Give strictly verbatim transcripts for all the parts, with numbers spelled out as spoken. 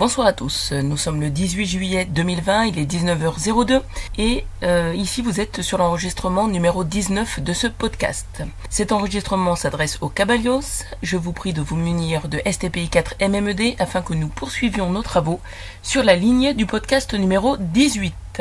Bonsoir à tous, nous sommes le dix-huit juillet deux mille vingt, il est dix-neuf heures zéro deux et euh, ici vous êtes sur l'enregistrement numéro dix-neuf de ce podcast. Cet enregistrement s'adresse aux Cabalios, je vous prie de vous munir de S T P I quatre M M E D afin que nous poursuivions nos travaux sur la ligne du podcast numéro dix-huit.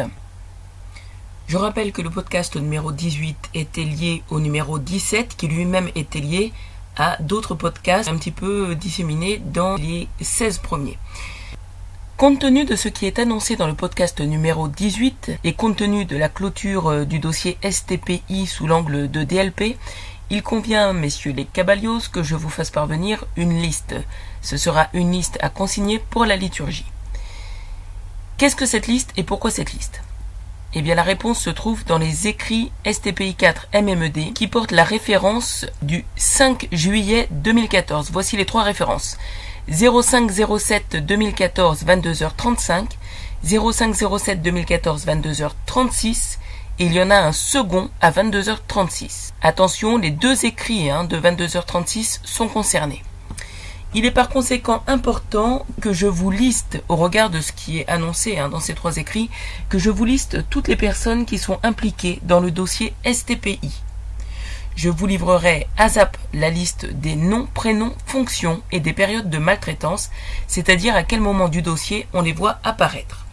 Je rappelle que le podcast numéro dix-huit était lié au numéro dix-sept qui lui-même était lié à d'autres podcasts un petit peu disséminés dans les seize premiers. Compte tenu de ce qui est annoncé dans le podcast numéro dix-huit et compte tenu de la clôture du dossier S T P I sous l'angle de D L P, il convient, messieurs les Cabalios, que je vous fasse parvenir une liste. Ce sera une liste à consigner pour la liturgie. Qu'est-ce que cette liste et pourquoi cette liste ? Eh bien, la réponse se trouve dans les écrits S T P I quatre M M E D qui portent la référence du cinq juillet deux mille quatorze. Voici les trois références. zéro cinq zéro sept deux mille quatorze vingt-deux heures trente-cinq, zéro cinq zéro sept deux mille quatorze vingt-deux heures trente-six et il y en a un second à vingt-deux heures trente-six. Attention, les deux écrits hein, de vingt-deux heures trente-six sont concernés. Il est par conséquent important que je vous liste, au regard de ce qui est annoncé hein, dans ces trois écrits, que je vous liste toutes les personnes qui sont impliquées dans le dossier S T P I. Je vous livrerai à zap la liste des noms, prénoms, fonctions et des périodes de maltraitance, c'est-à-dire à quel moment du dossier on les voit apparaître.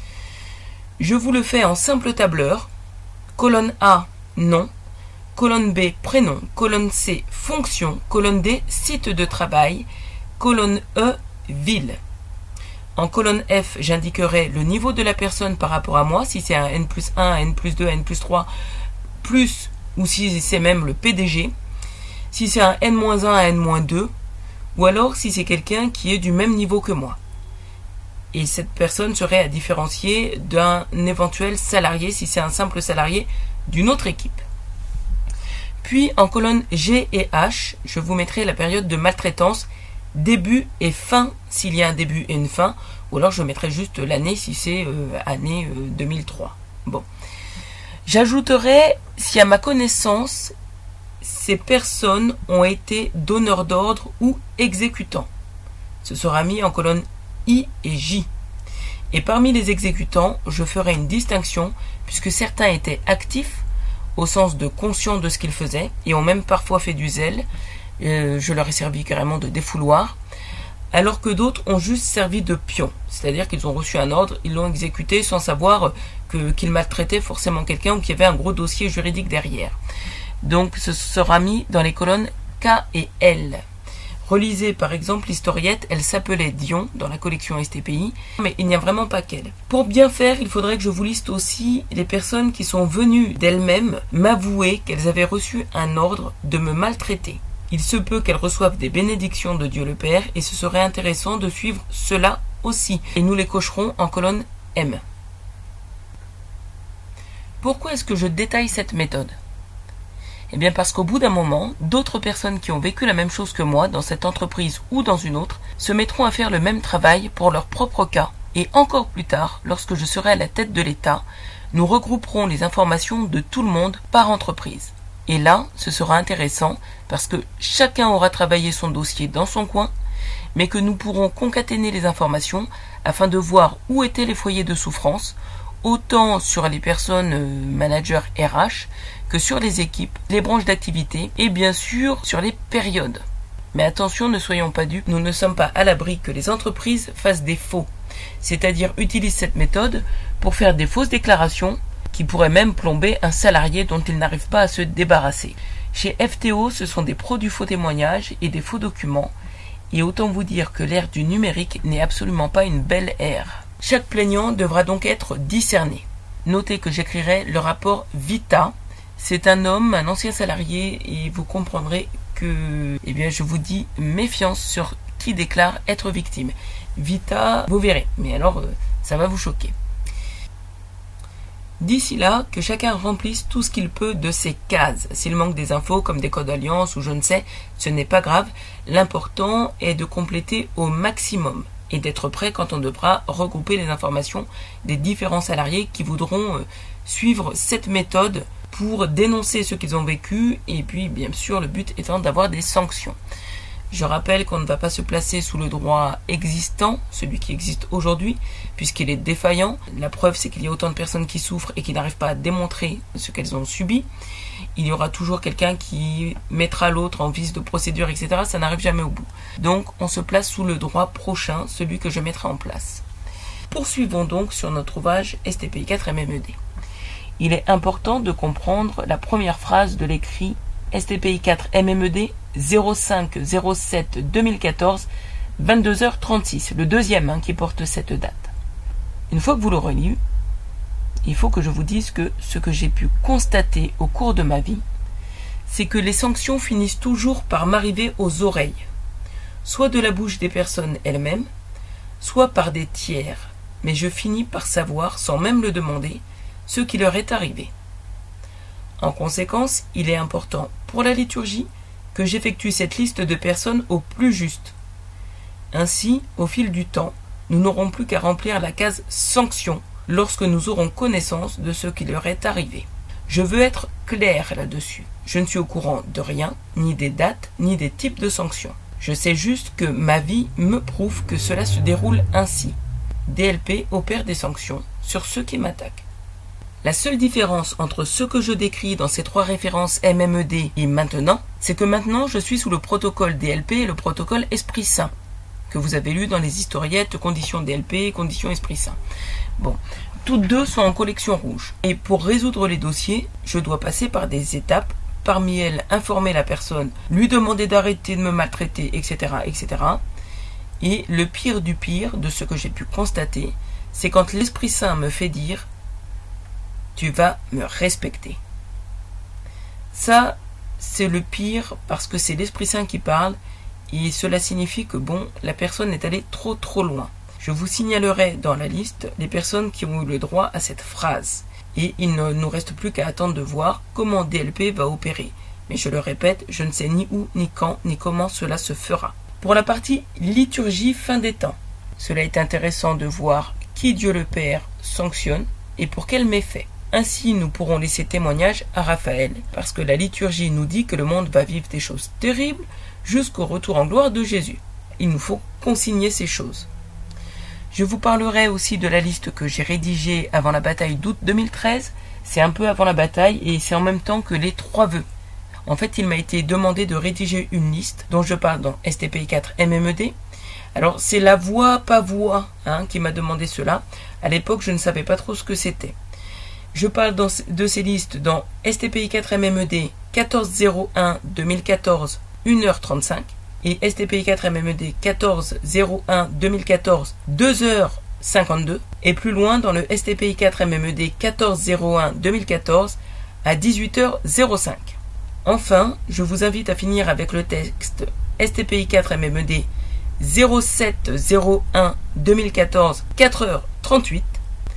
Je vous le fais en simple tableur. Colonne A, nom. Colonne B, prénom. Colonne C, fonction. Colonne D, site de travail. Colonne E, ville. En colonne F, j'indiquerai le niveau de la personne par rapport à moi, si c'est un N plus un, un N plus deux, un N plus trois, plus ou si c'est même le P D G, si c'est un N moins un, un N moins deux, ou alors si c'est quelqu'un qui est du même niveau que moi. Et cette personne serait à différencier d'un éventuel salarié, si c'est un simple salarié d'une autre équipe. Puis en colonne G et H, je vous mettrai la période de maltraitance, début et fin s'il y a un début et une fin, ou alors je mettrai juste l'année si c'est euh, année euh, deux mille trois. Bon. J'ajouterai, si à ma connaissance, ces personnes ont été donneurs d'ordre ou exécutants. Ce sera mis en colonne I et J. Et parmi les exécutants, je ferai une distinction, puisque certains étaient actifs, au sens de conscients de ce qu'ils faisaient, et ont même parfois fait du zèle. Euh, je leur ai servi carrément de défouloir, alors que d'autres ont juste servi de pion, c'est-à-dire qu'ils ont reçu un ordre, ils l'ont exécuté sans savoir que, qu'ils maltraitaient forcément quelqu'un ou qu'il y avait un gros dossier juridique derrière. Donc ce sera mis dans les colonnes K et L. Relisez par exemple l'historiette, elle s'appelait Dion dans la collection S T P I, mais il n'y a vraiment pas qu'elle. Pour bien faire, il faudrait que je vous liste aussi les personnes qui sont venues d'elles-mêmes m'avouer qu'elles avaient reçu un ordre de me maltraiter. Il se peut qu'elles reçoivent des bénédictions de Dieu le Père et ce serait intéressant de suivre cela aussi. Et nous les cocherons en colonne M. Pourquoi est-ce que je détaille cette méthode ? Eh bien parce qu'au bout d'un moment, d'autres personnes qui ont vécu la même chose que moi dans cette entreprise ou dans une autre se mettront à faire le même travail pour leur propre cas. Et encore plus tard, lorsque je serai à la tête de l'État, nous regrouperons les informations de tout le monde par entreprise. Et là, ce sera intéressant parce que chacun aura travaillé son dossier dans son coin, mais que nous pourrons concaténer les informations afin de voir où étaient les foyers de souffrance, autant sur les personnes euh, managers R H que sur les équipes, les branches d'activité et bien sûr sur les périodes. Mais attention, ne soyons pas dupes, nous ne sommes pas à l'abri que les entreprises fassent des faux, c'est-à-dire utilisent cette méthode pour faire des fausses déclarations qui pourrait même plomber un salarié dont il n'arrive pas à se débarrasser. Chez F T O, ce sont des pros du faux témoignage et des faux documents, et autant vous dire que l'ère du numérique n'est absolument pas une belle ère. Chaque plaignant devra donc être discerné. Notez que j'écrirai le rapport Vita. C'est un homme, un ancien salarié, et vous comprendrez que, eh bien, je vous dis méfiance sur qui déclare être victime. Vita, vous verrez, mais alors, euh, ça va vous choquer. D'ici là, que chacun remplisse tout ce qu'il peut de ses cases. S'il manque des infos comme des codes d'alliance ou je ne sais, ce n'est pas grave. L'important est de compléter au maximum et d'être prêt quand on devra regrouper les informations des différents salariés qui voudront euh, suivre cette méthode pour dénoncer ce qu'ils ont vécu et puis bien sûr le but étant d'avoir des sanctions. Je rappelle qu'on ne va pas se placer sous le droit existant, celui qui existe aujourd'hui, puisqu'il est défaillant. La preuve, c'est qu'il y a autant de personnes qui souffrent et qui n'arrivent pas à démontrer ce qu'elles ont subi. Il y aura toujours quelqu'un qui mettra l'autre en vice de procédure, et cetera. Ça n'arrive jamais au bout. Donc, on se place sous le droit prochain, celui que je mettrai en place. Poursuivons donc sur notre ouvrage S T P I quatre M M E D. Il est important de comprendre la première phrase de l'écrit S T P I quatre M M E D zéro cinq zéro sept deux mille quatorze, vingt-deux heures trente-six, le deuxième hein, qui porte cette date. Une fois que vous l'aurez lu, il faut que je vous dise que ce que j'ai pu constater au cours de ma vie, c'est que les sanctions finissent toujours par m'arriver aux oreilles, soit de la bouche des personnes elles-mêmes, soit par des tiers, mais je finis par savoir, sans même le demander, ce qui leur est arrivé. En conséquence, il est important pour la liturgie que j'effectue cette liste de personnes au plus juste. Ainsi, au fil du temps, nous n'aurons plus qu'à remplir la case « Sanction » lorsque nous aurons connaissance de ce qui leur est arrivé. Je veux être clair là-dessus. Je ne suis au courant de rien, ni des dates, ni des types de sanctions. Je sais juste que ma vie me prouve que cela se déroule ainsi. D L P opère des sanctions sur ceux qui m'attaquent. La seule différence entre ce que je décris dans ces trois références M M E D et maintenant, c'est que maintenant je suis sous le protocole D L P et le protocole Esprit Saint, que vous avez lu dans les historiettes conditions D L P et conditions Esprit Saint. Bon, toutes deux sont en collection rouge. Et pour résoudre les dossiers, je dois passer par des étapes, parmi elles informer la personne, lui demander d'arrêter de me maltraiter, et cetera, et cetera. Et le pire du pire de ce que j'ai pu constater, c'est quand l'Esprit Saint me fait dire « tu vas me respecter ». Ça, c'est le pire parce que c'est l'Esprit Saint qui parle et cela signifie que bon, la personne est allée trop trop loin. Je vous signalerai dans la liste les personnes qui ont eu le droit à cette phrase. Et il ne nous reste plus qu'à attendre de voir comment D L P va opérer. Mais je le répète, je ne sais ni où, ni quand, ni comment cela se fera. Pour la partie liturgie fin des temps, cela est intéressant de voir qui Dieu le Père sanctionne et pour quels méfaits. Ainsi, nous pourrons laisser témoignage à Raphaël, parce que la liturgie nous dit que le monde va vivre des choses terribles jusqu'au retour en gloire de Jésus. Il nous faut consigner ces choses. Je vous parlerai aussi de la liste que j'ai rédigée avant la bataille d'août deux mille treize. C'est un peu avant la bataille et c'est en même temps que les trois vœux. En fait, il m'a été demandé de rédiger une liste dont je parle dans S T P I quatre M M E D. Alors, c'est la voix, pas voix, hein, qui m'a demandé cela. À l'époque, je ne savais pas trop ce que c'était. Je parle dans, de ces listes dans S T P I quatre M M E D quatorze zéro un deux mille quatorze, une heure trente-cinq et S T P I quatre M M E D quatorze zéro un deux mille quatorze, deux heures cinquante-deux et plus loin dans le S T P I quatre M M E D quatorze zéro un deux mille quatorze à dix-huit heures cinq. Enfin, je vous invite à finir avec le texte S T P I quatre M M E D zéro sept zéro un deux mille quatorze, quatre heures trente-huit.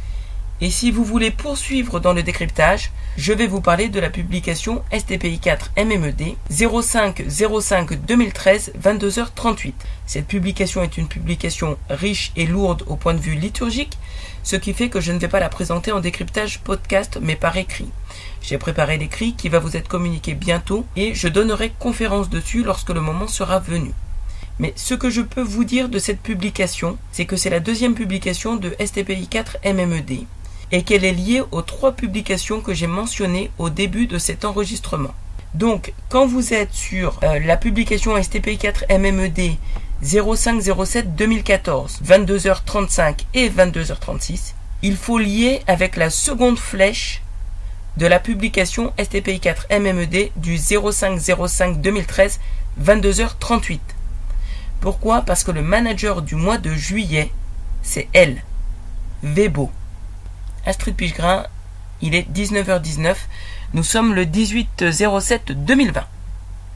Et si vous voulez poursuivre dans le décryptage, je vais vous parler de la publication S T P I quatre M M E D zéro cinq zéro cinq deux mille treize, vingt-deux heures trente-huit. Cette publication est une publication riche et lourde au point de vue liturgique, ce qui fait que je ne vais pas la présenter en décryptage podcast mais par écrit. J'ai préparé l'écrit qui va vous être communiqué bientôt et je donnerai conférence dessus lorsque le moment sera venu. Mais ce que je peux vous dire de cette publication, c'est que c'est la deuxième publication de S T P I quatre M M E D et qu'elle est liée aux trois publications que j'ai mentionnées au début de cet enregistrement. Donc, quand vous êtes sur euh, la publication S T P I quatre M M E D zéro cinq zéro sept deux mille quatorze, vingt-deux heures trente-cinq et vingt-deux heures trente-six, il faut lier avec la seconde flèche de la publication S T P I quatre M M E D du zéro cinq zéro cinq deux mille treize, vingt-deux heures trente-huit. Pourquoi ? Parce que le manager du mois de juillet, c'est elle, Vébo. Astrid Pichegrin, il est dix-neuf heures dix-neuf, nous sommes le dix-huit zéro sept deux mille vingt.